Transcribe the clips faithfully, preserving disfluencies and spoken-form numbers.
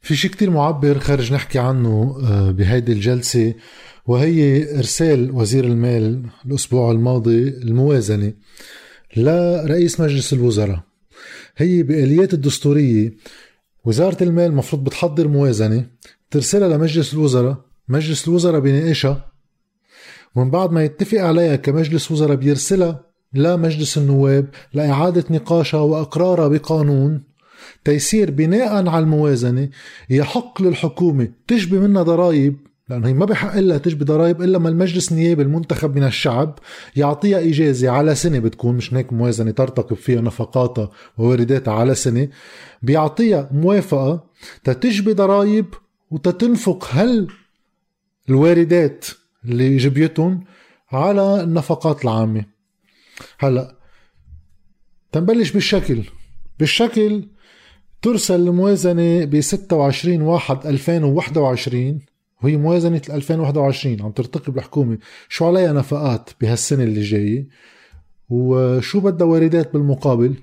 في شيء كتير معبر خارج نحكي عنه بهيدي الجلسة، وهي إرسال وزير المال الأسبوع الماضي الموازنة لرئيس مجلس الوزراء. هي بآليات الدستورية وزارة المال مفروض بتحضر موازنة ترسلها لمجلس الوزراء، مجلس الوزراء بيناقشها، ومن بعد ما يتفق عليها كمجلس وزراء بيرسلها لمجلس النواب لإعادة نقاشها وإقرارها بقانون تيسير بناء على الموازنة. يحق للحكومة تجبي منها ضرائب، لأنه هي ما بحق لها تجبي ضرائب إلا ما المجلس النيابي المنتخب من الشعب يعطيها إجازة على سنة، بتكون مش هيك موازنة ترتقب فيها نفقاتها ووارداتها على سنة، بيعطيها موافقة تتجبي ضرائب وتتنفق هل الواردات اللي جبيتهم على النفقات العامة. هلأ تنبلش بالشكل بالشكل ترسل الموازنة ب ستة وعشرين واحد ألفين وواحد وعشرين، وهي موازنة ألفين وواحد وعشرين عم ترتقب الحكومة شو عليها نفقات بهالسنة اللي جاية وشو بدها واردات بالمقابل.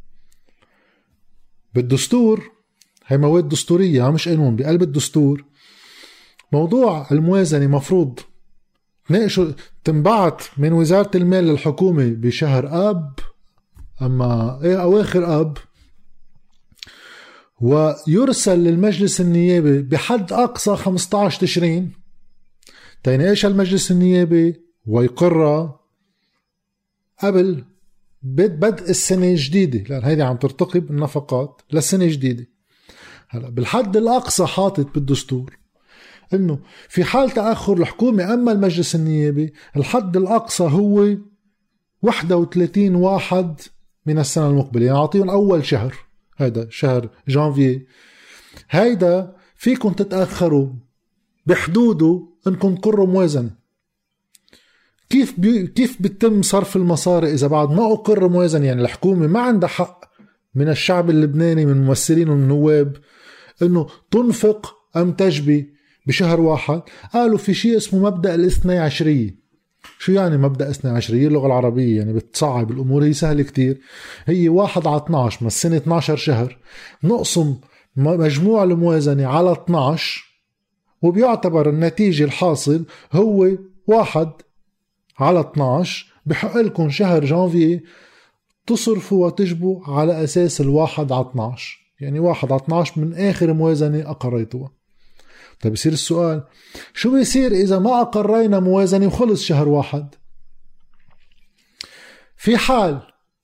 بالدستور هي مواد دستورية مش قانون، بقلب الدستور موضوع الموازنة مفروض ناقشوا تنبعت من وزارة المال للحكومة بشهر آب أما إيه أواخر آب، ويرسل للمجلس النيابي بحد أقصى خمسة عشر تشرين تيناقش المجلس النيابي ويقرر قبل بدء السنة الجديدة، لأن هيدي عم ترتقب النفقات للسنة الجديدة. هلا بالحد الأقصى حاطط بالدستور إنه في حال تأخر الحكومة أما المجلس النيابي الحد الأقصى هو واحد وثلاثين واحد من السنة المقبلة، يعني أعطيهم أول شهر، هيدا شهر جانفي، هيدا فيكم تتأخروا بحدوده إنكم تقروا موازنة. كيف بي كيف بيتم صرف المصاري إذا بعد ما أقر موازنة؟ يعني الحكومة ما عندها حق من الشعب اللبناني من ممثلين والنواب إنه تنفق أم تجبي بشهر واحد. قالوا في شيء اسمه مبدأ الاثنى عشرية. شو يعني مبدأ اثنى عشرية؟ اللغة العربية يعني بتصعب الأمور، هي سهل كتير. هي واحد على اثناعش، ما السنة اثناشر شهر، نقسم مجموع الموازنة على اثناعش وبيعتبر النتيجة الحاصل هو واحد على اثناعش. بحق لكم شهر جانفي تصرفوا وتجبوا على أساس الواحد على اثناعش، يعني واحد على اثناعش من آخر موازنة أقريتوها. طيب يصير السؤال شو بيصير إذا ما أقرينا موازنة وخلص شهر واحد؟ في حال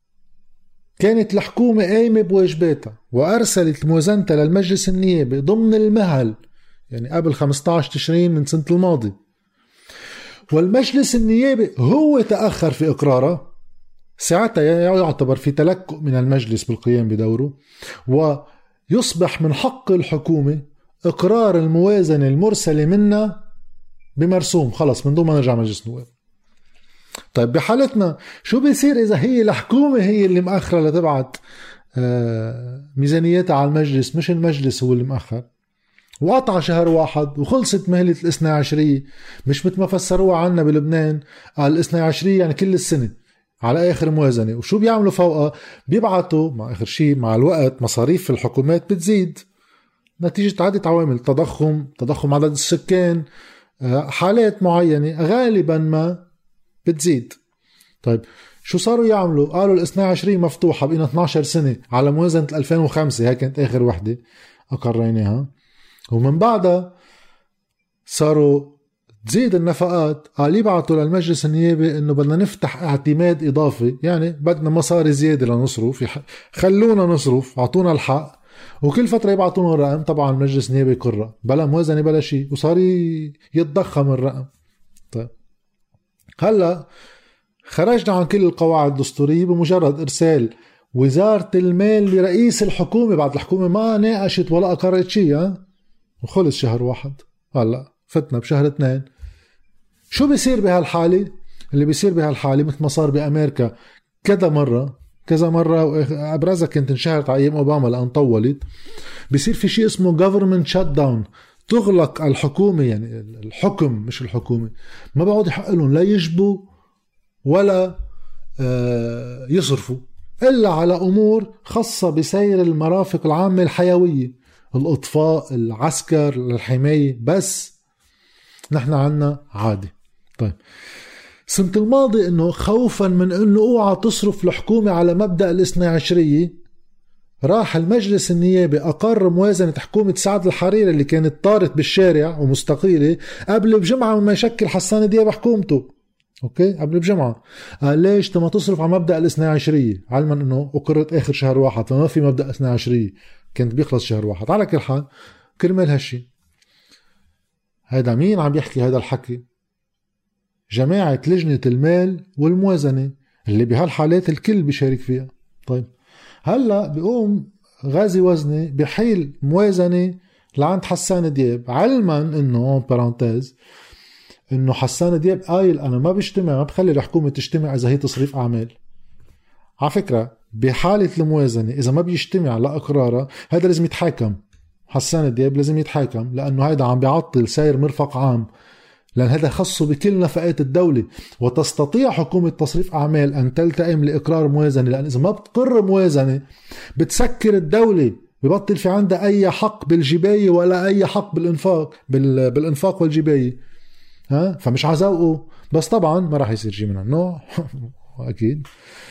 كانت الحكومة قايمة بواجباتها وأرسلت موازنتها للمجلس النيابي ضمن المهل، يعني قبل خمسة عشر تشرين من سنة الماضي، والمجلس النيابي هو تأخر في إقرارها، ساعتها يعتبر في تلكؤ من المجلس بالقيام بدوره، ويصبح من حق الحكومة إقرار الموازنة المرسلة منا بمرسوم، خلص من دون ما نرجع مجلس نواب. طيب بحالتنا شو بيصير إذا هي الحكومة هي اللي مأخرة لتبعت ميزانيتها على المجلس، مش المجلس هو اللي مأخر، وقطع شهر واحد وخلصت مهلة الاثنى عشرية؟ مش مثل ما فسروها عنا بلبنان، قال الاثنى عشرية يعني كل السنة على آخر موازنة. وشو بيعملوا فوقها؟ بيبعتوا مع آخر شيء مع الوقت مصاريف الحكومات بتزيد نتيجة عدة عوامل، تضخم تضخم عدد السكان، حالات معينة غالبا ما بتزيد. طيب شو صاروا يعملوا؟ قالوا الاثنى عشرية مفتوحة بقينا اثنى عشر سنة على موازنة ألفين وخمسة، هاي كانت آخر وحدة أقريناها، ومن بعدها صاروا تزيد النفقات. قال يبعتوا للمجلس النيابي انه بدنا نفتح اعتماد اضافي، يعني بدنا مصاري زيادة لنصرف، خلونا نصرف، اعطونا الحق، وكل فترة يبعتون الرقم. طبعا المجلس النيابي يقرر بلا موازنة بلا شيء، وصار يتضخم الرقم. طيب هلا خرجنا عن كل القواعد الدستورية بمجرد إرسال وزارة المال لرئيس الحكومة بعد الحكومة ما ناقشت ولا أقررت شيء، ها؟ وخلص شهر واحد. هلا فتنا بشهر اثنين. شو بيصير بهالحالة؟ اللي بيصير بهالحالة مثل ما صار بأمريكا كذا مرة كذا مرة، أبرزها كانت انشهرت على أيام أوباما لأن طولت. بيصير في شيء اسمه government shutdown، تغلق الحكومة، يعني الحكم مش الحكومة، ما بعود يحق لهم لا يجبوا ولا يصرفوا إلا على أمور خاصة بسير المرافق العامة الحيوية. الإطفاء، العسكر، الحماية، بس نحن عنا عادي. طيب سنة الماضي انه خوفا من انه اوعى تصرف الحكومة على مبدأ الاثنى عشرية، راح المجلس النيابي اقر موازنة حكومة سعد الحريري اللي كانت طارت بالشارع ومستقيلة قبل بجمعة مما يشكل حسان دياب حكومته. اوكي قبل بجمعة قال ليش تما تصرف على مبدأ الاثنى عشرية، علما انه اقرت اخر شهر واحد فما في مبدأ اثنى عشرية، كانت بيخلص شهر واحد. على كل حال كرمال هالشي هيدا مين عم يحكي هذا الحكي؟ جماعة لجنة المال والموازنة اللي بهالحالات الكل بيشارك فيها. طيب هلأ بيقوم غازي وزني بحيل موازنة لعند حسان دياب، علما انه بارانتاز انه حسان دياب قايل انا ما بجتمع، ما بخلي الحكومة تجتمع اذا هي تصريف اعمال. على فكرة بحالة الموازنة اذا ما بيجتمع لاقرارها هذا لازم يتحاكم، حسان دياب لازم يتحاكم، لانه هيدا عم بيعطل ساير مرفق عام، لأن هذا خصه بكل نفقات الدولة. وتستطيع حكومة تصريف أعمال أن تلتئم لإقرار موازنة، لأن إذا ما بتقر موازنة بتسكر الدولة، ببطل في عندها أي حق بالجباية ولا أي حق بالإنفاق بالإنفاق والجباية. ها فمش عزوقه، بس طبعا ما راح يصير شيء من النوع أكيد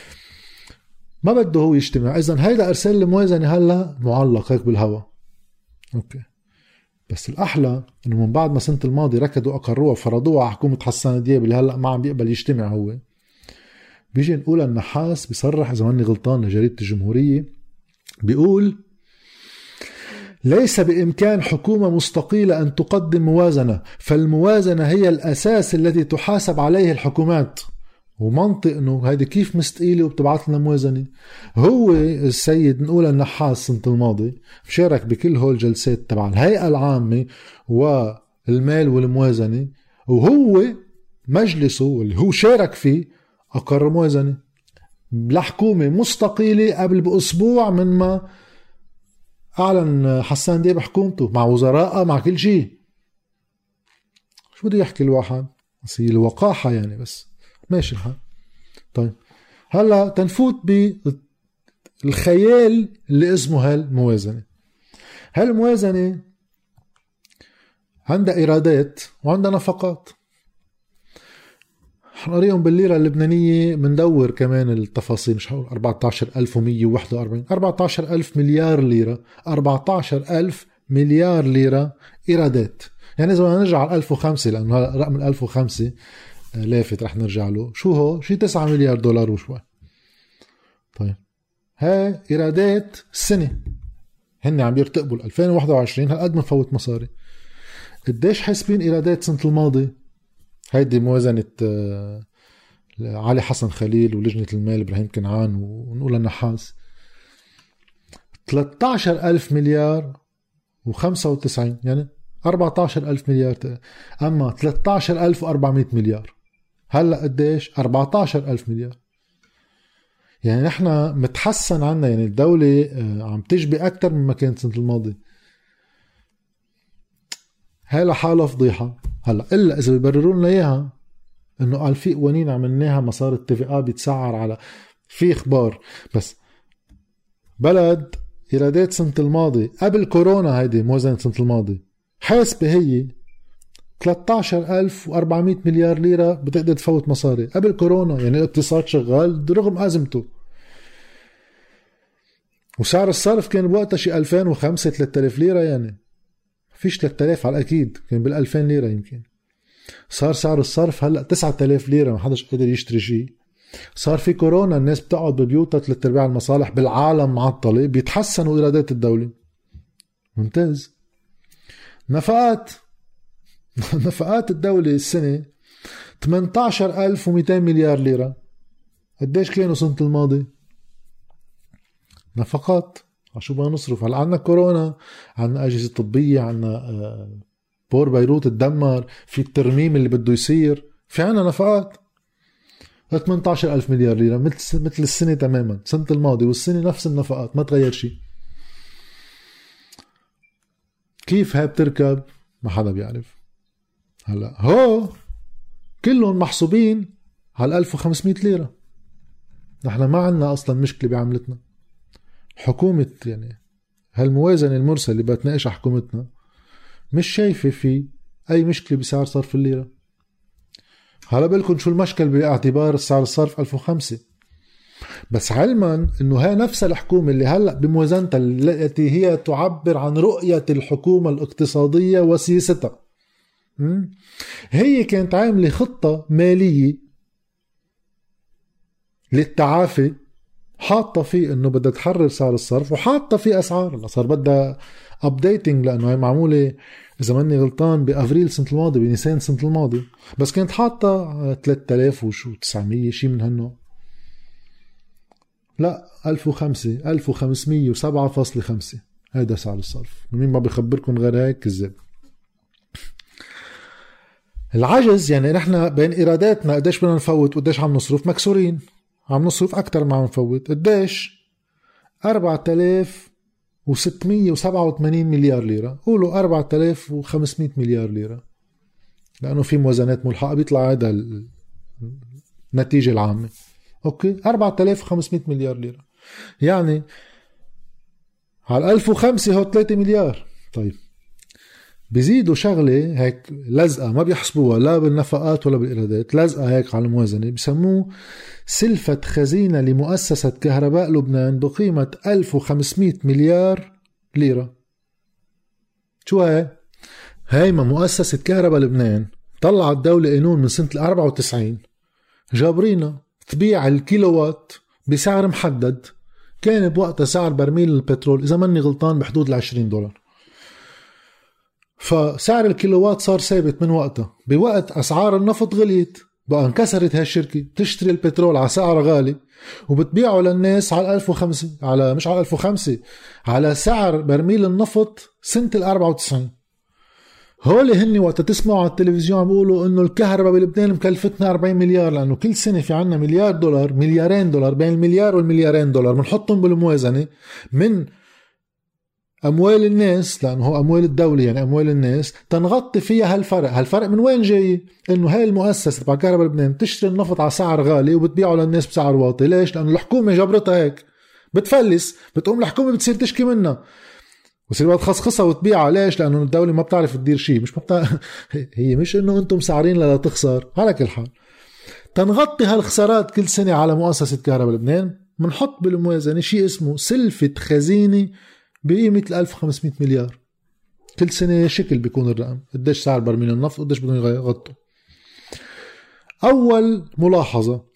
ما بده هو يجتمع. إذن هيدا إرسال الموازنة هلا معلق هيك بالهواء. أوكي بس الأحلى إنه من بعد ما سنة الماضي ركضوا أقروها وفرضوها على حكومة حسان دياب اللي هلأ ما عم بيقبل يجتمع، هو بيجي نقول النحاس بيصرح إذا ماني غلطان لجريدة الجمهورية، بيقول ليس بإمكان حكومة مستقلة أن تقدم موازنة، فالموازنة هي الأساس الذي تحاسب عليه الحكومات. ومنطق انه هيدي كيف مستقيلة وبتبعث لنا موازنة. هو السيد نقول النحاس سنة الماضي مشارك بكل هول الجلسات تبع الهيئة العامة والمال والموازنة، وهو مجلسه اللي هو شارك فيه أقر موازنة لحكومة مستقيلة قبل بأسبوع من ما أعلن حسان دياب حكومته، مع وزراء مع كل شيء. شو بده يحكي الواحد؟ بس هي الوقاحة يعني، بس ماشي الحال. طيب هلا تنفوت بالخيال اللي اسمه هالموازنة. هالموازنة عندها إيرادات وعندها نفقات، حنقريهم بالليرة اللبنانية، مندور كمان التفاصيل، مش حقول أربعة عشر ألف ومية وواحد وأربعين أربعة عشر ألف مليار ليرة، أربعة عشر ألف مليار ليرة إيرادات. يعني إذا بدنا نرجع على ألف وخمسة، لأنه رقم ألف وخمسة لافت رح نرجع له، شو هو؟ شي تسعة مليار دولار وشوي. طيب هاي إيرادات السنة، هن عم يرتقبوا ألفين وواحد وعشرين هالقد ما فوت مصاري. قديش حاسبين إيرادات سنة الماضي؟ هيدي موازنة علي حسن خليل ولجنة المال إبراهيم كنعان ونقول النحاس، ثلاثة عشر ألف مليار وخمسة وتسعين، يعني أربعة عشر ألف مليار. أما ثلاثة عشر ألف وأربعمائة مليار هلأ قديش؟ أربعة عشر ألف مليار. يعني نحنا متحسن عنا، يعني الدولة عم تجبي أكتر مما كانت سنة الماضي. هاي لحالة فضيحة. هلأ إلا إذا بيبرروا لنا إياها إنه قال في قوانين عملناها مسار التي بيتسعر على في إخبار، بس بلد إيرادات سنة الماضي قبل كورونا، هيدي موازنة سنة الماضي حاسبة هي ثلاثة عشر ألف وأربعمائة مليار ليرة بتقدر تفوت مصاري قبل كورونا. يعني الاقتصاد شغال رغم أزمته، وسعر الصرف كان بوقتها شي ألفين وخمسة ثلاثة آلاف ليرة، يعني فيش ثلاثة آلاف على الأكيد، كان بالألفين ليرة يمكن. صار سعر الصرف هلأ تسعة آلاف ليرة، ما حدش قادر يشتري شيء. صار في كورونا، الناس بتقعد ببيوتها، ثلاث ارباع المصالح بالعالم معطلة، بيتحسنوا إيرادات الدولة. ممتاز. نفقات نفقات الدولة السنة ثمانية عشر ألف ومئتين مليار ليرة. قديش كانوا سنة الماضي؟ نفقات عشو بدنا نصرف. هلا عنا كورونا، عنا أجهزة طبية، عنا بور بيروت تدمر، في الترميم اللي بده يصير، في عنا نفقات ثمانية عشر ألف مليار ليرة، مثل مثل السنة تماما، سنة الماضي والسنة نفس النفقات، ما تغير شيء. كيف هاي بتركب؟ ما حدا بيعرف. هلا هو كلهم محسوبين على ألف وخمسمائة ليرة. نحن ما عنا أصلا مشكلة بعملتنا. حكومة يعني هالموازنة المرسلة اللي بتناقشها حكومتنا مش شايفة في أي مشكلة بسعر صرف الليرة. هلا بالكم شو المشكل باعتبار سعر الصرف ألف وخمسة، بس علما انه هي نفس الحكومة اللي هلأ بموازنتها التي هي تعبر عن رؤية الحكومة الاقتصادية وسياستها، هي كانت عاملة خطة مالية للتعافي، حاطة فيه انه بدها تحرر سعر الصرف وحاطة فيه اسعار. الاسعار بدها ابديتنج لانه هي معمولة اذا ماني غلطان بافريل سنة الماضي، بنيسان سنة الماضي، بس كانت حاطة ثلاثة آلاف وشو تسعمية شي من هالنوع. لا ألف وخمسة ألف وخمسمية وسبعة فاصلة خمسة هذا سعر الصرف. مين ما بخبركم غير هيك كذب. العجز يعني نحن بين إيراداتنا قديش بدنا نفوت وقديش عم نصرف مكسورين، عم نصرف أكتر ما عم نفوت. قديش؟ أربعة آلاف وستمية وسبعة وثمانين مليار ليرة، قولوا أربعة آلاف وخمسمية مليار ليرة لأنه في موازنات ملحقة بيطلع هذا النتيجة العامة. أوكي أربعة آلاف وخمسمية مليار ليرة، يعني على ألف وخمسة هو ثلاثة مليار. طيب بيزيدوا شغلة هيك لزقة ما بيحسبوها لا بالنفقات ولا بالإيرادات، لزقة هيك على الموازنة بيسموه سلفة خزينة لمؤسسة كهرباء لبنان بقيمة ألف وخمسمية مليار ليرة. شو هاي؟ هاي ما مؤسسة كهرباء لبنان طلعت الدولة قانون من سنة الأربعة وتسعين جابرينا تبيع الكيلووات بسعر محدد، كان بوقتها سعر برميل البترول إذا ماني غلطان بحدود العشرين دولار، فسعر الكيلووات صار ثابت من وقتها. بوقت أسعار النفط غليت بقى انكسرت هالشركة تشتري البترول على سعر غالي وبتبيعه للناس على ألف وخمسة، على مش على ألف وخمسة، على سعر برميل النفط سنة الأربعة وتسعين. هولي هني وقت تسمعوا على التلفزيون عم بيقولوا انه الكهرباء بلبنان مكلفتنا أربعين مليار، لانه كل سنة في عنا مليار دولار مليارين دولار بين المليار والمليارين دولار بنحطهم بالموازنة من اموال الناس، لانه هو اموال الدولة يعني اموال الناس، تنغطي فيها هالفرق. هالفرق من وين جاي؟ انه هاي المؤسسة تبع كهرباء لبنان تشتري النفط على سعر غالي وبتبيعه للناس بسعر واطي. ليش؟ لانه الحكومة جبرتها هيك، بتفلس، بتقوم الحكومة بتصير تشكي منها وصير بقى تخصخصها وتبيعها. ليش؟ لأنه الدولة ما بتعرف تدير شيء، مش بتع... هي مش إنه أنتم سعرين لا تخسر. على كل حال تنغطي هالخسارات كل سنة على مؤسسة كهرباء لبنان، منحط بالموازنة شيء اسمه سلفة خزينة بقيمة ألف وخمسمية مليار. كل سنة شكل بيكون الرقم، قديش سعر برميل النفط قديش بدهم يغطوا. أول ملاحظة،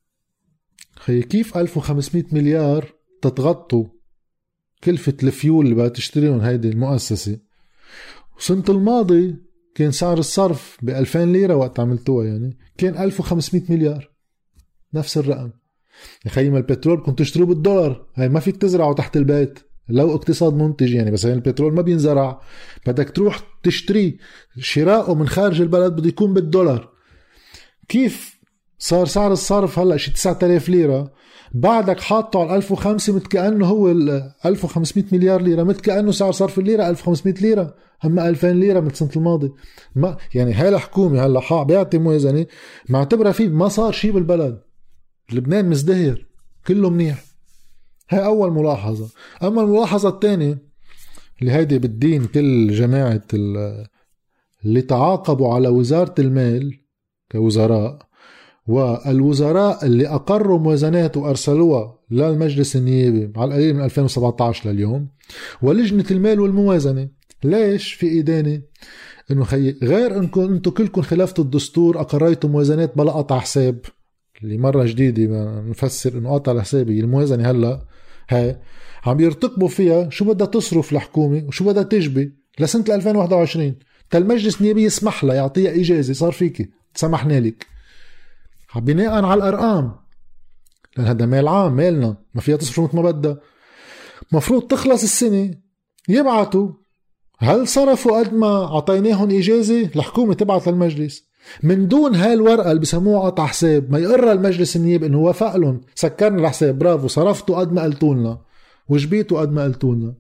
هي كيف ألف وخمسمية مليار تتغطوا كلفة الفيول اللي بقى تشتريهم هيدي المؤسسة؟ وسنة الماضي كان سعر الصرف بألفين ليرة وقت عملتوها، يعني كان ألف وخمسمية مليار، نفس الرقم. يا خيما البترول كنت تشتروه بالدولار، هاي ما فيك تزرعه تحت البيت لو اقتصاد منتج يعني، بس هاي البترول ما بينزرع، بدك تروح تشتريه، شراءه من خارج البلد بده يكون بالدولار. كيف صار سعر الصرف هلأ شي تسعة آلاف ليرة، بعدك حاطه على ألف وخمسة مت كأنه هو ألف وخمسمية مليار ليرة، مت كأنه سعر صرف الليرة ألف وخمسمية ليرة، هم ألفين ليرة من سنة الماضي. ما يعني هاي الحكومة هلا حق بيعطي موازنة معتبرها فيه ما صار شيء بالبلد، لبنان مزدهر كله منيح. هاي أول ملاحظة. أما الملاحظة الثانية اللي هيدي بالدين كل جماعة اللي تعاقبوا على وزارة المال كوزراء، والوزراء اللي أقروا موازنات وأرسلوها للمجلس النيابي على القليل من ألفين وسبعة عشر لليوم، ولجنة المال والموازنة. ليش في إدانة؟ إنه خي غير إنكم أنتم كلكم خلافة الدستور أقريتوا موازنات بلا قطع حساب، اللي مرة جديدة ما نفسر إنه قطع الحسابي الموازنة هلا هاي عم يرتقبوا فيها شو بدها تصرف الحكومة وشو بدها تجبي لسنة ألفين وواحد وعشرين. المجلس النيابي يسمح لها، يعطيها إجازة، صار فيك تسمحنا لك بناء على الأرقام، لأن هذا مال عام مالنا ما فيها تصرف مثل ما بدها. مفروض تخلص السنة يبعتوا هل صرفوا قد ما عطيناهم إجازة، الحكومة تبعت للمجلس من دون هالورقة اللي بسموها قطع حساب، ما يقرر المجلس النيابي إنه وافق لهم، سكرنا الحساب، برافو صرفتوا قد ما قلتوا لنا وجبيتوا قد ما قلتوا لنا.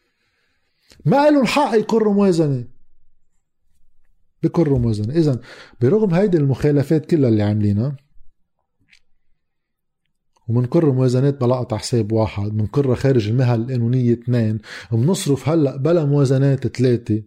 ما قالوا الحق يقروا موازنة، بكروا موازنة. إذن برغم هيدي المخالفات كلها اللي عاملينها ومنقر موازنات بلا قطع حساب واحد، منقرها خارج المهل القانونية اثنين، ومنصرف هلأ بلا موازنات ثلاثة.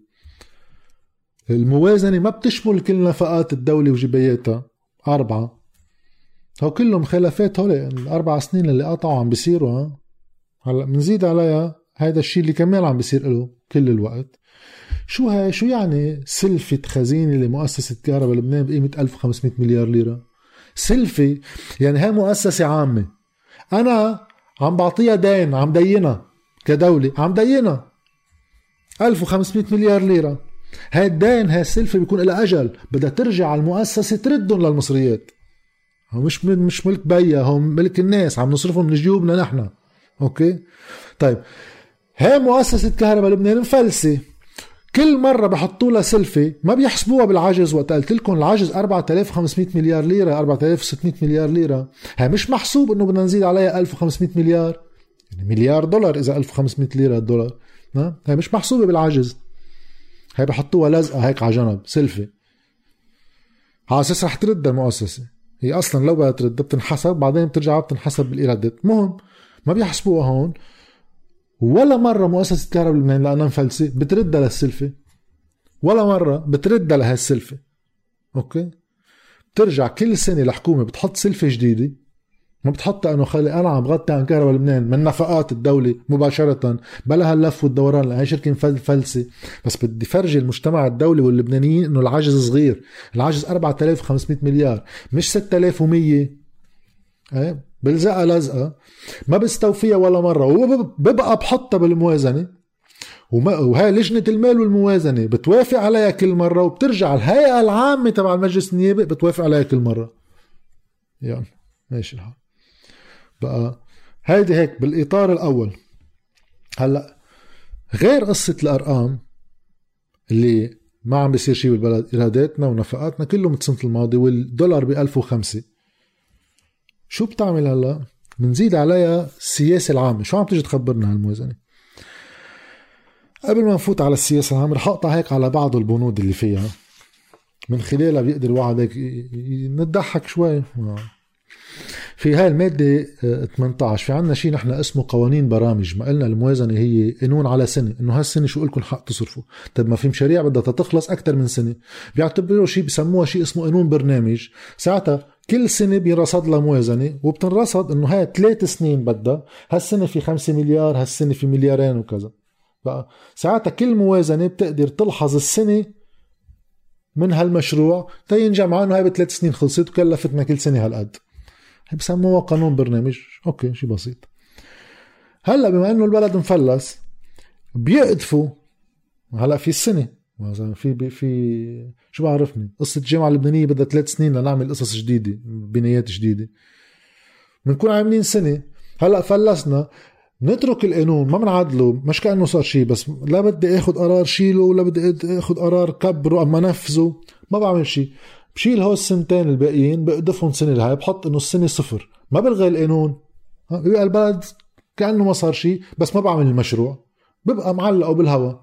الموازنة ما بتشمل كل نفقات الدولة وجباياتها أربعة. هو كلهم خلافات، هول الأربع سنين اللي قطعوا عم بيصيروا. هلأ منزيد عليها هذا الشيء اللي كمان عم بيصير له كل الوقت. شو هاي؟ شو يعني سلفة خزينة لمؤسسة كهرباء لبنان بقيمة ألف وخمسمائة مليار ليرة؟ سلفة يعني هاي مؤسسة عامة، أنا عم بعطيها دين، عم دينها كدولة، عم دينها ألف وخمسمائة مليار ليرة. هاي الدين، هاي السلفة بيكون لها أجل، بدها ترجع على المؤسسة تردهم للمصريات. هو مش مش ملك بيا، هم ملك الناس، عم نصرفهم من جيوبنا نحن. أوكي طيب، هاي مؤسسة كهرباء لبنان مفلسة، كل مرة بحطوا لها سلفة ما بيحسبوها بالعجز. وقت قلت لكم العجز أربعة آلاف وخمسمائة مليار ليرة، أربعة آلاف وستمائة مليار ليرة، هاي مش محسوب انه بدنا نزيد عليها ألف وخمسمائة مليار، يعني مليار دولار اذا ألف وخمسمائة ليرة الدولار، هاي مش محسوبة بالعجز، هاي بحطوها لزقة هيك على جنب سلفة على اساس رح ترد المؤسسة. هي اصلا لو بدها ترد بتنحسب بعدين بترجع بتنحسب بالايرادات. مهم ما بيحسبوها هون، ولا مرة مؤسسة كهرباء لبنان لأنها مفلسة بتردها للسلفة، ولا مرة بتردها لها السلفة. أوكي بترجع كل سنة الحكومة بتحط سلفة جديدة، ما بتحط أنه خلي أنا عم بغطي عن كهرباء لبنان من نفقات الدولة مباشرة بلا هاللف والدوران، لأن هي شركة فلسة. بس بدي فرجي المجتمع الدولي واللبنانيين أنه العجز صغير، العجز أربعة آلاف وخمسمائة مليار مش ستة آلاف ومية. ايه بلزقها لزقة ما بستوفيها ولا مرة، وببقى بحطها بالموازنة، وهاي لجنة المال والموازنة بتوافق عليها كل مرة، وبترجع الهيئة العامة تبع المجلس النيابي بتوافق عليها كل مرة. يعني ماشي الحال. بقى هيدي هيك بالإطار الأول. هلأ غير قصة الأرقام اللي ما عم بيصير شيء بالبلد، إيراداتنا ونفقاتنا كله من السنة الماضية والدولار بألف وخمسة، شو بتعمل هلا؟ منزيد عليها السياسة العامة. شو عم تيجي تخبرنا هالموازنة؟ قبل ما نفوت على السياسة العامة رح أقطع هيك على بعض البنود اللي فيها من خلالها بيقدر الواحد هيك نضحك شوي. في هاي المادة ثمانية عشر في عنا شيء نحن اسمه قوانين برامج. ما قلنا الموازنة هي قانون على سنة، انه هالسنة شو لكم حق تصرفوا. طيب ما في مشاريع بدها تخلص اكتر من سنة، بيعتبروا شيء بسموها شيء اسمه قانون برنامج. ساعتها كل سنة بيرصد لها موازنة، وبتنرصد انه هاي ثلاث سنين بدها، هالسنة في خمسة مليار، هالسنة في مليارين وكذا. بقى ساعتها كل موازنة بتقدر تلحظ السنة من هالمشروع تينجم عنه هاي بثلاث سنين خلصت وكلفتنا كل سنة هالقد، بسموها قانون برنامج. اوكي شيء بسيط. هلا بما انه البلد مفلس بيقدفوا هلا في السنه مثلا في في شو بعرفني قصه الجامعه اللبنانيه بدها ثلاث سنين لنعمل قصص جديده، بنايات جديده، بنكون عاملين سنه. هلا فلسنا نترك القانون ما بنعدله، مش كانه صار شيء، بس لا بدي اخذ قرار شيله ولا بدي اخذ قرار كبره اما نفذه، ما بعمل شيء. بشيل هو السنتين الباقيين بقدفهم سنة لهاي، بحط انه السنة صفر، ما بلغي القانون، بيبقى البلد كأنه ما صار شيء، بس ما بعمل المشروع، ببقى معلقه بالهوا.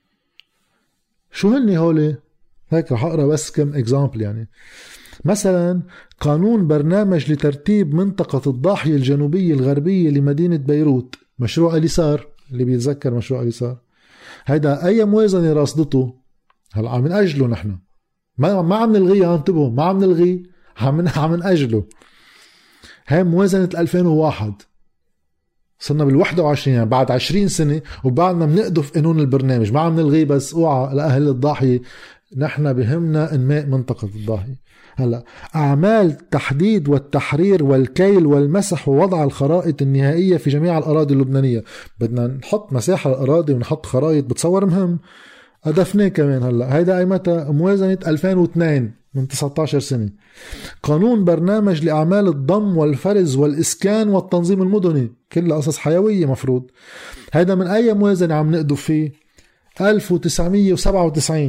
شو هني هولي؟ هيك رح اقرا بس كم اكزامبل. يعني مثلا قانون برنامج لترتيب منطقة الضاحية الجنوبية الغربية لمدينة بيروت، مشروع اليسار، اللي بيتذكر مشروع اليسار، هيدا اي موازنة راصدته هلا عم من اجله نحن ما ما عم نلغيه، انتبهوا ما عم نلغيه، عم عم نأجله. هاي موازنة ألفين وواحد، صرنا بالواحد وعشرين، يعني بعد عشرين سنة وبعدنا بنقدف قانون البرنامج، ما عم نلغيه. بس اوعى لأهل الضاحية، نحن بهمنا انماء منطقة الضاحية. هلا أعمال تحديد والتحرير والكيل والمسح ووضع الخرائط النهائية في جميع الأراضي اللبنانية. بدنا نحط مساحة الأراضي ونحط خرائط، بتصور مهم أدفناه كمان. هلا هيدا أي متى؟ موازنة ألفين واثنين، من تسعة عشر سنة. قانون برنامج لأعمال الضم والفرز والإسكان والتنظيم المدني، كلها قصص حيوية مفروض. هيدا من أي موازنة عم نقدف فيه؟ ألف وتسعمية وسبعة وتسعين،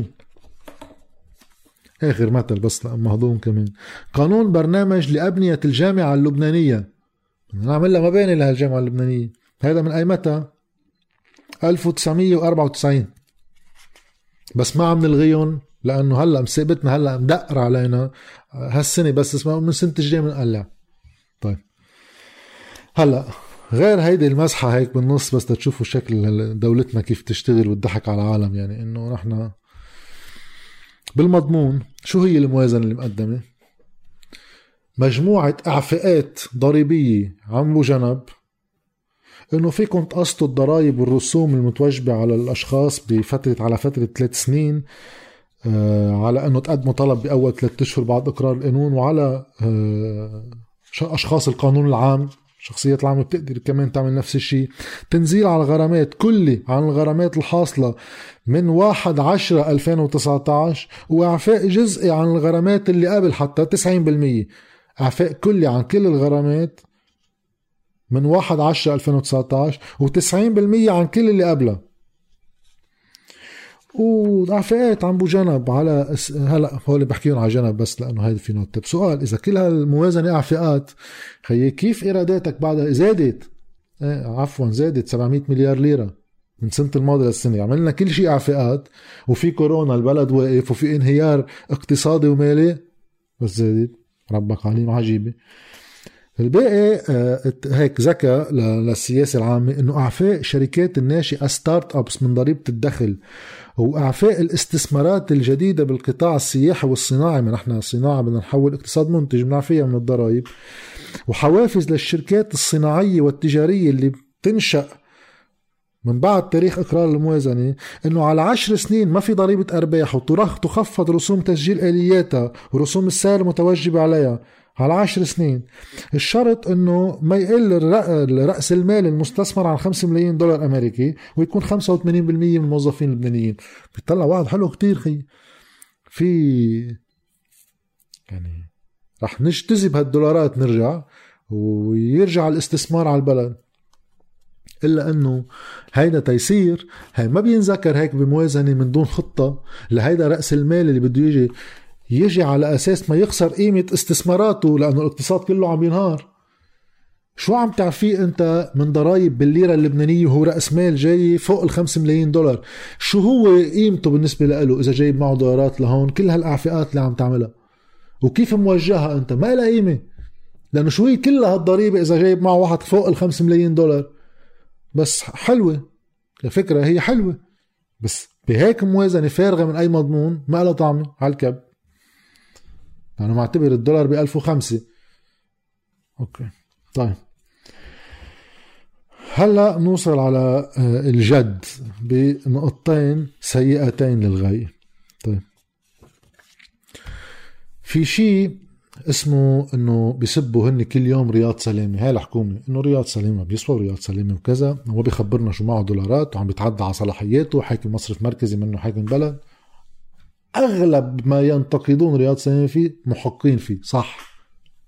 آخر مثل بس مهضوم كمان. قانون برنامج لأبنية الجامعة اللبنانية، نعمل لها مباني لهالجامعة اللبنانية، هيدا من أي متى؟ ألف وتسعمية وأربعة وتسعين. بس ما عم نلغيهم لأنه هلأ مسيبتنا هلأ مدقر علينا هالسنة، بس اسمه من سنة الجاي منقلع. طيب هلا غير هيدي المسحة هيك بالنص بس تشوفوا شكل دولتنا كيف تشتغل والضحك على العالم، يعني انه نحن بالمضمون شو هي الموازنة اللي مقدمة؟ مجموعة اعفاءات ضريبية عم بجنب انه فيكم تقسطوا الضرائب والرسوم المتوجبة على الاشخاص بفترة على فترة ثلاث سنين، آه على انه تقدموا طلب باول ثلاثة اشهر بعد اقرار القانون، وعلى آه اشخاص القانون العام شخصيات العامة بتقدر كمان تعمل نفس الشيء. تنزيل على الغرامات كلي عن الغرامات الحاصلة من واحد عشرة ألفين وتسعة عشر، وإعفاء جزئي عن الغرامات اللي قبل حتى تسعين بالمية، إعفاء كلي عن كل الغرامات من واحد عشرة ألفين وتسعة عشر وتسعين بالمية عن كل اللي قبلها. وإعفاءات عم بجنب على هلا هو اللي بحكيهم على جنب بس لأنه هيدا في نوت. سؤال: إذا كل هالموازنة إعفاءات خيي كيف إيراداتك بعدها زادت؟ ايه عفوا زادت سبعمية مليار ليرة من سنة الماضية للسنة. عملنا كل شيء إعفاءات وفي كورونا البلد واقف وفي انهيار اقتصادي ومالي بس زادت. ربك عليم عجيبة. الباقي آه هيك ذكاء للسياسة العامة انه اعفاء شركات الناشئة ستارت ابس من ضريبة الدخل، واعفاء الاستثمارات الجديدة بالقطاع السياحي والصناعي. ما نحن الصناعة بدنا نحول اقتصاد منتج بنعفيها من الضرائب، وحوافز للشركات الصناعية والتجارية اللي بتنشأ من بعد تاريخ إقرار الموازنة، إنه على عشر سنين ما في ضريبة أرباح، وتخفض رسوم تسجيل آلياتها ورسوم السعر المتوجبة عليها على عشر سنين. الشرط إنه ما يقل رأس المال المستثمر عن خمسة ملايين دولار أمريكي، ويكون خمسة وثمانين بالمية من الموظفين اللبنانيين. بيطلع واحد حلو كتير خي. في يعني رح نجتذب هالدولارات نرجع ويرجع الاستثمار على البلد. إلا أنه هيدا تيسير هاي ما بينذكر هيك بموازنة من دون خطة لهيدا رأس المال اللي بده يجي يجي على أساس ما يخسر قيمة استثماراته، لأنه الاقتصاد كله عم ينهار. شو عم تعفيه أنت من ضرائب بالليرة اللبنانية وهو رأس مال جاي فوق الخمس ملايين دولار؟ شو هو قيمته بالنسبة له إذا جايب معه دولارات لهون؟ كل هالأعفاءات اللي عم تعملها وكيف موجهها أنت ما لها قيمة، لأنه شو هي كلها هالضريبة إذا جايب معه واحد فوق الخمس ملايين دولار؟ بس حلوة الفكرة، هي حلوة بس بهيك موازنة فارغة من أي مضمون ما لها طعمة على الكب. أنا معتبر الدولار بألف وخمسة. أوكي طيب هلأ نوصل على الجد بنقطتين سيئتين للغاية. طيب في شيء اسمه انه بيسبوا هن كل يوم رياض سلامة، هاي الحكومة انه رياض سلامة بيسوى رياض سلامة وكذا، هو بيخبرنا شو معه دولارات وعم بيتعدى على صلاحياته، حاكم مصرف مركزي منه حاكم بلد. اغلب ما ينتقدون رياض سلامة فيه محقين فيه صح.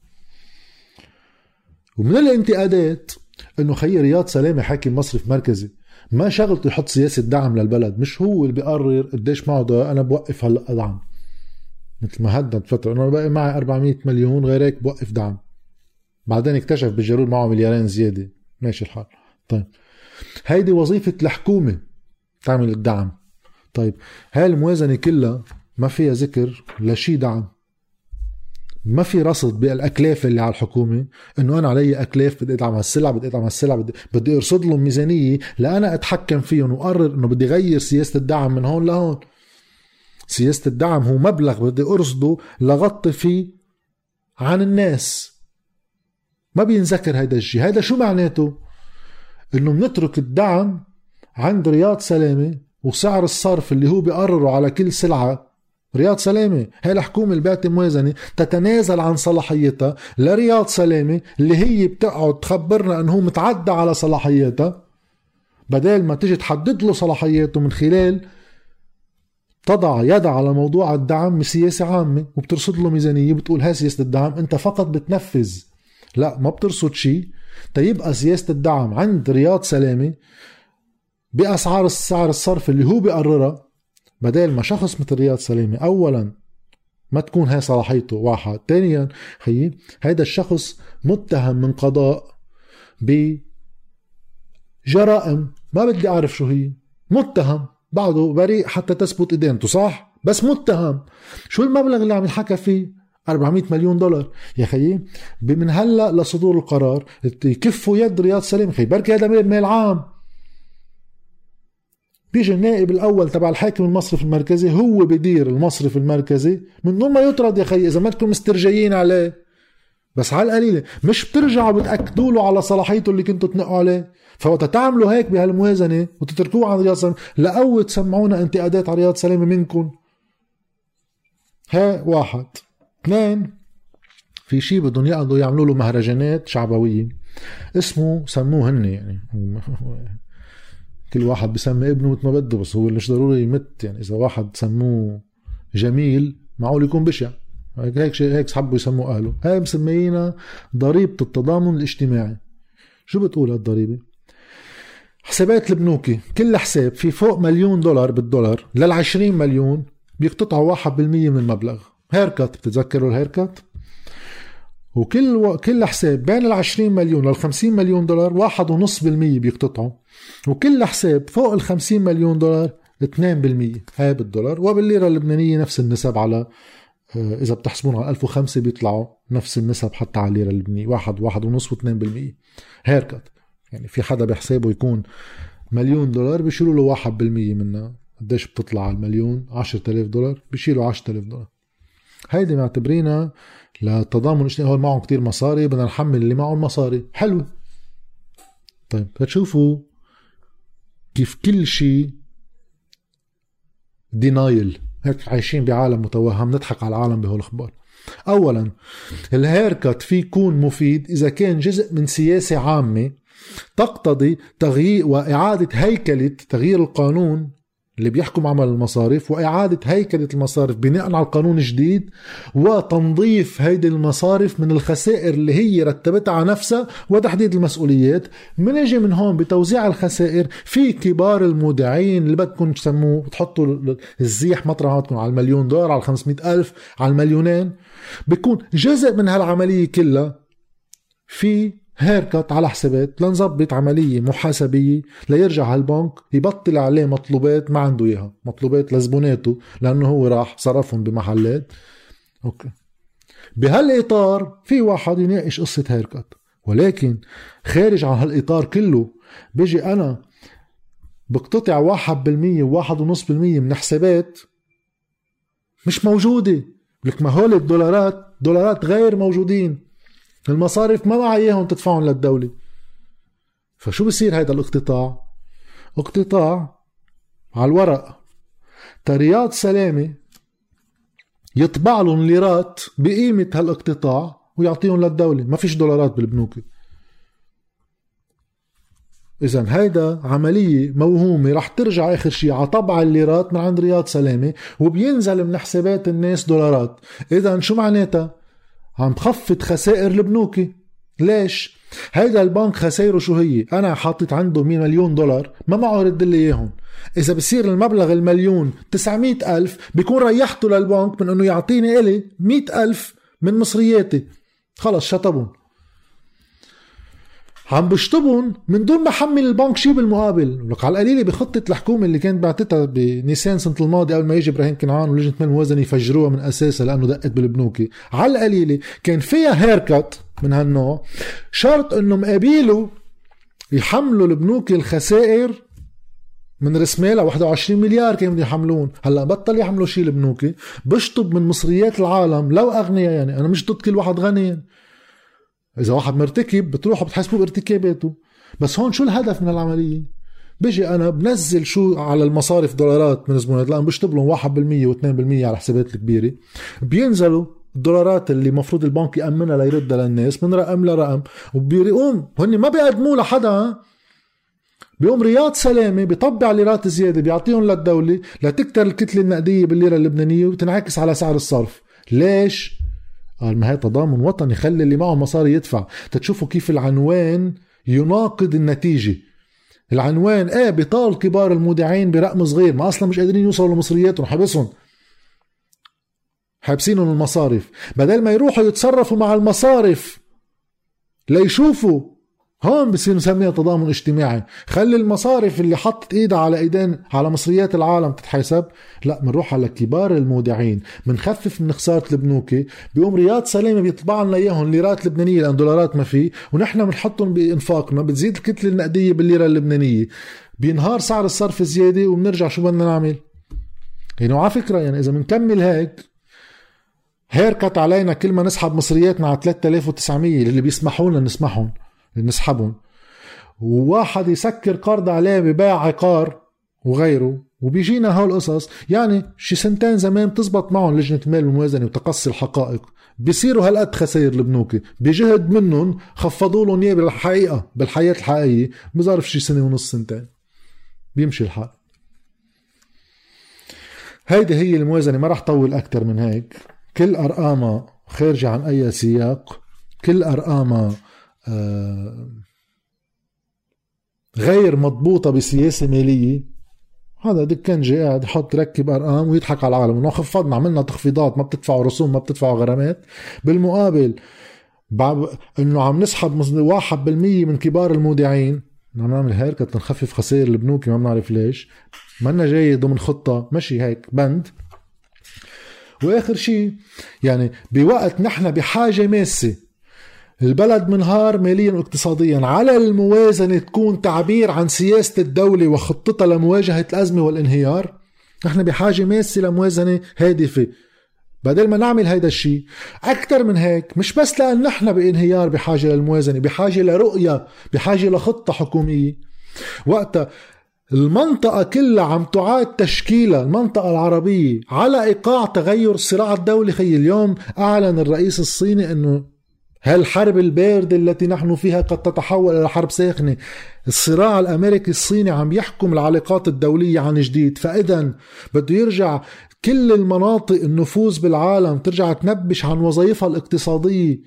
ومن الانتقادات انه خي رياض سلامة حاكم مصرف مركزي ما شغلته يحط سياسة دعم للبلد، مش هو اللي بيقرر قديش معه دولار. انا بوقف هلا ادعم مثل ما هدد فترة انه بقى معي أربعمية مليون غير هيك بوقف دعم، بعدين اكتشف بالجرور معه مليارين زيادة ماشي الحال. طيب هيدي وظيفة الحكومة تعمل الدعم. طيب هاي الموازنة كلها ما فيها ذكر لشي دعم، ما في رصد بالأكلاف اللي على الحكومة انه انا علي أكلاف بدي ادعم هالسلع بدي ادعم هالسلع بدي, بدي ارصد لهم ميزانية لأنا اتحكم فيهم وقرر انه بدي غير سياسة الدعم من هون لهون. سياسة الدعم هو مبلغ بدي أرصده لغطي فيه عن الناس، ما بينذكر هيدا الشيء. هيدا شو معناته؟ إنه بنترك الدعم عند رياض سلامة وسعر الصرف اللي هو بيقرره على كل سلعة رياض سلامة. هاي الحكومة اللي بعت موازنة تتنازل عن صلاحيتها لرياض سلامة اللي هي بتقعد تخبرنا أنه هو متعدى على صلاحيتها، بدل ما تجي تحدد له صلاحياته من خلال تضع يدها على موضوع الدعم بسياسة عامة وبترصد له ميزانية بتقول هاي سياسة الدعم. انت فقط بتنفذ، لا ما بترصد شيء. تيبقى سياسة الدعم عند رياض سلامة بأسعار السعر الصرف اللي هو بيقررها، بدل ما شخص مثل رياض سلامة أولا ما تكون هاي صلاحيته واحد، ثانيا خيي هيدا الشخص متهم من قضاء بجرائم ما بدي أعرف شو هي، متهم بعده بريء حتى تثبت إدانته صح، بس متهم. شو المبلغ اللي عم يحكى فيه؟ أربعمية مليون دولار يا خيي. من هلا لصدور القرار يكفوا يد رياض سلامة خي، بركي هذا مال عام. بيجي النائب الاول تبع الحاكم المصرف المركزي هو بدير المصرف المركزي من دون ما يطرد يا خي، اذا ما تكونوا مسترجيين عليه. بس على القليله مش بترجعوا بتاكدوا له على صلاحيته اللي كنتوا تنقوا عليه. فوقت تعملوا هيك بهالموازنه وتتركوه عن رياض سلامة لقوة تسمعونا انتقادات على رياض سلامة منكم. ها واحد. اثنين، في شيء بدهم يقعدوا يعملوا له مهرجانات شعبويه اسمه سموه هن يعني كل واحد بيسمي ابنه مثل ما بده، بس هو مش ضروري يمت. يعني اذا واحد سموه جميل معقول يكون بشع، هيك شيء هيك حبوا يسموه اهله. هاي مسميينها ضريبه التضامن الاجتماعي. شو بتقول هالضريبه؟ حسابات البنوكي كل حساب في فوق مليون دولار بالدولار للعشرين مليون بيقتطعوا واحد بالمية من المبلغ. هيركات، بتتذكروا الهيركات؟ وكل و... كل حساب بين العشرين مليون للخمسين مليون دولار واحد ونص بالمية بيقتطعوا، وكل حساب فوق الخمسين مليون دولار اثنين بالمية. هاي بالدولار. وبالليرة اللبنانية نفس النسب، على إذا بتحسبون على ألف وخمسة بيطلعوا نفس النسب حتى على الليرة اللبنانية، واحد واحد ونص واثنين بالمية هيركات. يعني في حدا بحسابه يكون مليون دولار بيشيلوا له واحد بالمية منها. قديش بتطلع على المليون؟ عشرة آلاف دولار، بيشيلوا عشرة آلاف دولار. هيدي معتبرينها للتضامن الاجتماعي. هو معهم كتير مصاري، بدنا نحمل اللي معهم مصاري. حلو. طيب هتشوفوا كيف كل شيء دينايل. هيك عايشين بعالم متوهم، نضحك على العالم بهول الاخبار. اولا الهيركات في يكون مفيد اذا كان جزء من سياسة عامة تقتضي تغيير واعادة هيكلة تغيير القانون اللي بيحكم عمل المصارف، وإعادة هيكلة المصارف بناء على القانون الجديد، وتنظيف هيدي المصارف من الخسائر اللي هي رتبتها على نفسها، وتحديد المسؤوليات. منجي من هون بتوزيع الخسائر في كبار المودعين اللي بدكم تسموه، تحطوا الزيح مطرح ما بدكم، على المليون دولار، على خمسمائة ألف، على المليونين. بيكون جزء من هالعملية كلها في هيركت على حسابات لنظبط عملية محاسبية ليرجع هالبنك يبطل عليه مطلوبات ما عنده إياها، مطلوبات لزبوناته لأنه هو راح صرفهم بمحلات. أوكي. بهالإطار في واحد يناقش قصة هيركت، ولكن خارج عن هالإطار كله بيجي أنا بقتطع واحد بالمية وواحد ونص بالمية من حسابات مش موجودة. لك ما هول الدولارات دولارات غير موجودين، المصارف ما معيهم تدفعهم للدولة. فشو بصير هيدا الاقتطاع؟ اقتطاع على الورق. رياض سلامة يطبع لهم ليرات بقيمة هالاقتطاع ويعطيهم للدولة، ما فيش دولارات بالبنوك. إذن هيدا عملية موهومة رح ترجع آخر شيء على طبع الليرات من عند رياض سلامة، وبينزل من حسابات الناس دولارات. إذن شو معناتها؟ عم تخفض خسائر البنوكي. ليش؟ هيدا البنك خسائره شو هي؟ أنا حاطط عنده مية مليون دولار ما معه رد لي إياهم. إذا بصير المبلغ المليون تسعمائة ألف بيكون ريحته للبنك من أنه يعطيني إلي مئة ألف من مصرياتي. خلص شطبون، عم بشطبون من دون ما حمل البنك شيء بالمقابل. لك على القليلة بخطة الحكومة اللي كانت بعتتها بنيسان سنة الماضي قبل ما يجي إبراهيم كنعان ولجنة مال الموازنة يفجروها من أساسها لأنه دقت بالبنوكي، على القليلة كان فيها هيركت من هالنوع، شرط أنه مقابيله يحملوا البنوكي الخسائر من رسمالها واحد وعشرين مليار كانوا يحملون. هلا بطل يحملوا شيء البنوكي، بشطب من مصريات العالم لو أغنياء. يعني أنا مش ضد كل واحد غني، إذا واحد مرتكب بتروحوا بتحسبوا بارتكاباته. بس هون شو الهدف من العملية؟ بيجي أنا بنزل شو على المصارف دولارات من زبونات، لأن بشطب لهم واحد بالمية واثنين بالمية على حسابات الكبيرة، بينزلوا الدولارات اللي مفروض البنك يأمنها ليردها للناس من رقم لرقم، وبيقوم هن ما بيقدموا لحدا. بيقوم رياض سلامة بيطبع ليرات زيادة بيعطيهم للدولة لتكتر الكتلة النقدية بالليرة اللبنانية وتنعكس على سعر الصرف. ليش؟ قال ما هي تضامن وطني، خلي اللي معه مصاري يدفع. تتشوفوا كيف العنوان يناقض النتيجة. العنوان ايه بطال كبار المودعين برقم صغير ما اصلا مش قادرين يوصلوا لمصرياتهم، حبسهم حابسينهم المصارف، بدل ما يروحوا يتصرفوا مع المصارف ليشوفوا هون بصير نسميها تضامن اجتماعي. خلي المصارف اللي حطت ايدها على ايدين على مصريات العالم تتحسب، لا منروح على كبار المودعين، منخفف من خسارة البنوك. بيقوم رياض سلامة بيطبع لنا اياهم ليرات لبنانية لان دولارات ما فيه، ونحن بنحطهم بانفاقنا، بتزيد الكتلة النقدية بالليرة اللبنانية، بينهار سعر الصرف زيادة، وبنرجع شو بدنا نعمل. يعني وعلى فكرة يعني اذا بنكمل هيك هيركت علينا كل ما نسحب مصرياتنا على ثلاثة آلاف وتسعمية اللي بيسمحوا لنا نسمحهم نسحبهم، وواحد يسكر قرض عليه ببيع عقار وغيره، وبيجينا هول القصص. يعني شي سنتين زمان بتزبط معهم لجنة المال والموازنة وتقصي الحقائق، بيصيروا هالقد خسائر البنوك بجهد منهم خفضوا لهم اياه بالحقيقة بالحياة الحقيقية بظرف شي سنة ونص سنتين بيمشي الحال. هيدي هي الموازنة، ما رح طول أكتر من هيك. كل أرقامها خارجة عن أي سياق، كل أرقامها آه غير مضبوطة بسياسة مالية. هذا دكانجي قاعد يحط ركب أرقام ويضحك على العالم إنه خفضنا عملنا تخفيضات، ما بتدفعوا رسوم ما بتدفعوا غرامات. بالمقابل إنه عم نسحب واحد بالمية من كبار المودعين، عم نعمل هيركت نخفف خسائر البنوك ما بنعرف ليش، منا جاي ضمن خطة مشي هيك بند. وآخر شيء يعني بوقت نحن بحاجة ماسة البلد منهار ماليا واقتصاديا، على الموازنة تكون تعبير عن سياسة الدولة وخطتها لمواجهة الأزمة والانهيار. نحن بحاجة ماسة لموازنة هادفة. بدل ما نعمل هيدا الشيء أكتر من هيك، مش بس لأن نحن بانهيار بحاجة للموازنة، بحاجة لرؤية، بحاجة لخطة حكومية. وقتها المنطقة كلها عم تعاد تشكيلها، المنطقة العربية، على إيقاع تغير الصراع الدولي. خي اليوم أعلن الرئيس الصيني أنه هالحرب الباردة التي نحن فيها قد تتحول إلى حرب ساخنة. الصراع الأمريكي الصيني عم يحكم العلاقات الدولية عن جديد. فإذا بده يرجع كل المناطق النفوذ بالعالم ترجع تنبش عن وظائفها الاقتصادية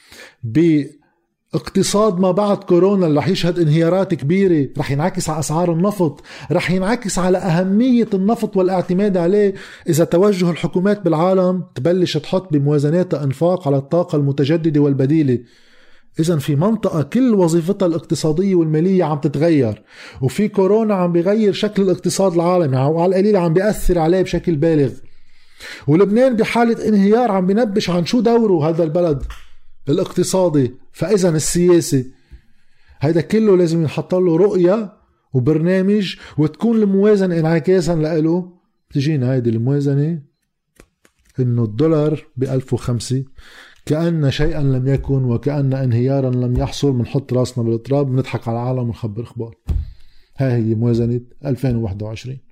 باقتصاد ما بعد كورونا اللي رح يشهد انهيارات كبيرة، رح ينعكس على أسعار النفط، رح ينعكس على أهمية النفط والاعتماد عليه. إذا توجه الحكومات بالعالم تبلش تحط بموازناتها انفاق على الطاقة المتجددة والبديلة. إذن في منطقة كل وظيفتها الاقتصادية والمالية عم تتغير، وفي كورونا عم بيغير شكل الاقتصاد العالمي وعلى القليل عم بيأثر عليه بشكل بالغ. ولبنان بحالة انهيار عم بنبش عن شو دوره هذا البلد الاقتصادي. فإذا السياسة هيدا كله لازم ينحط له رؤية وبرنامج، وتكون الموازنة انعكاسا له. بتجينا هيدي الموازنة إنه الدولار بألف وخمسة كأن شيئا لم يكن وكأن انهيارا لم يحصل، منحط راسنا بالتراب، بنضحك على العالم ونخبر اخبار. هاي هي موازنة ألفين وواحد وعشرين.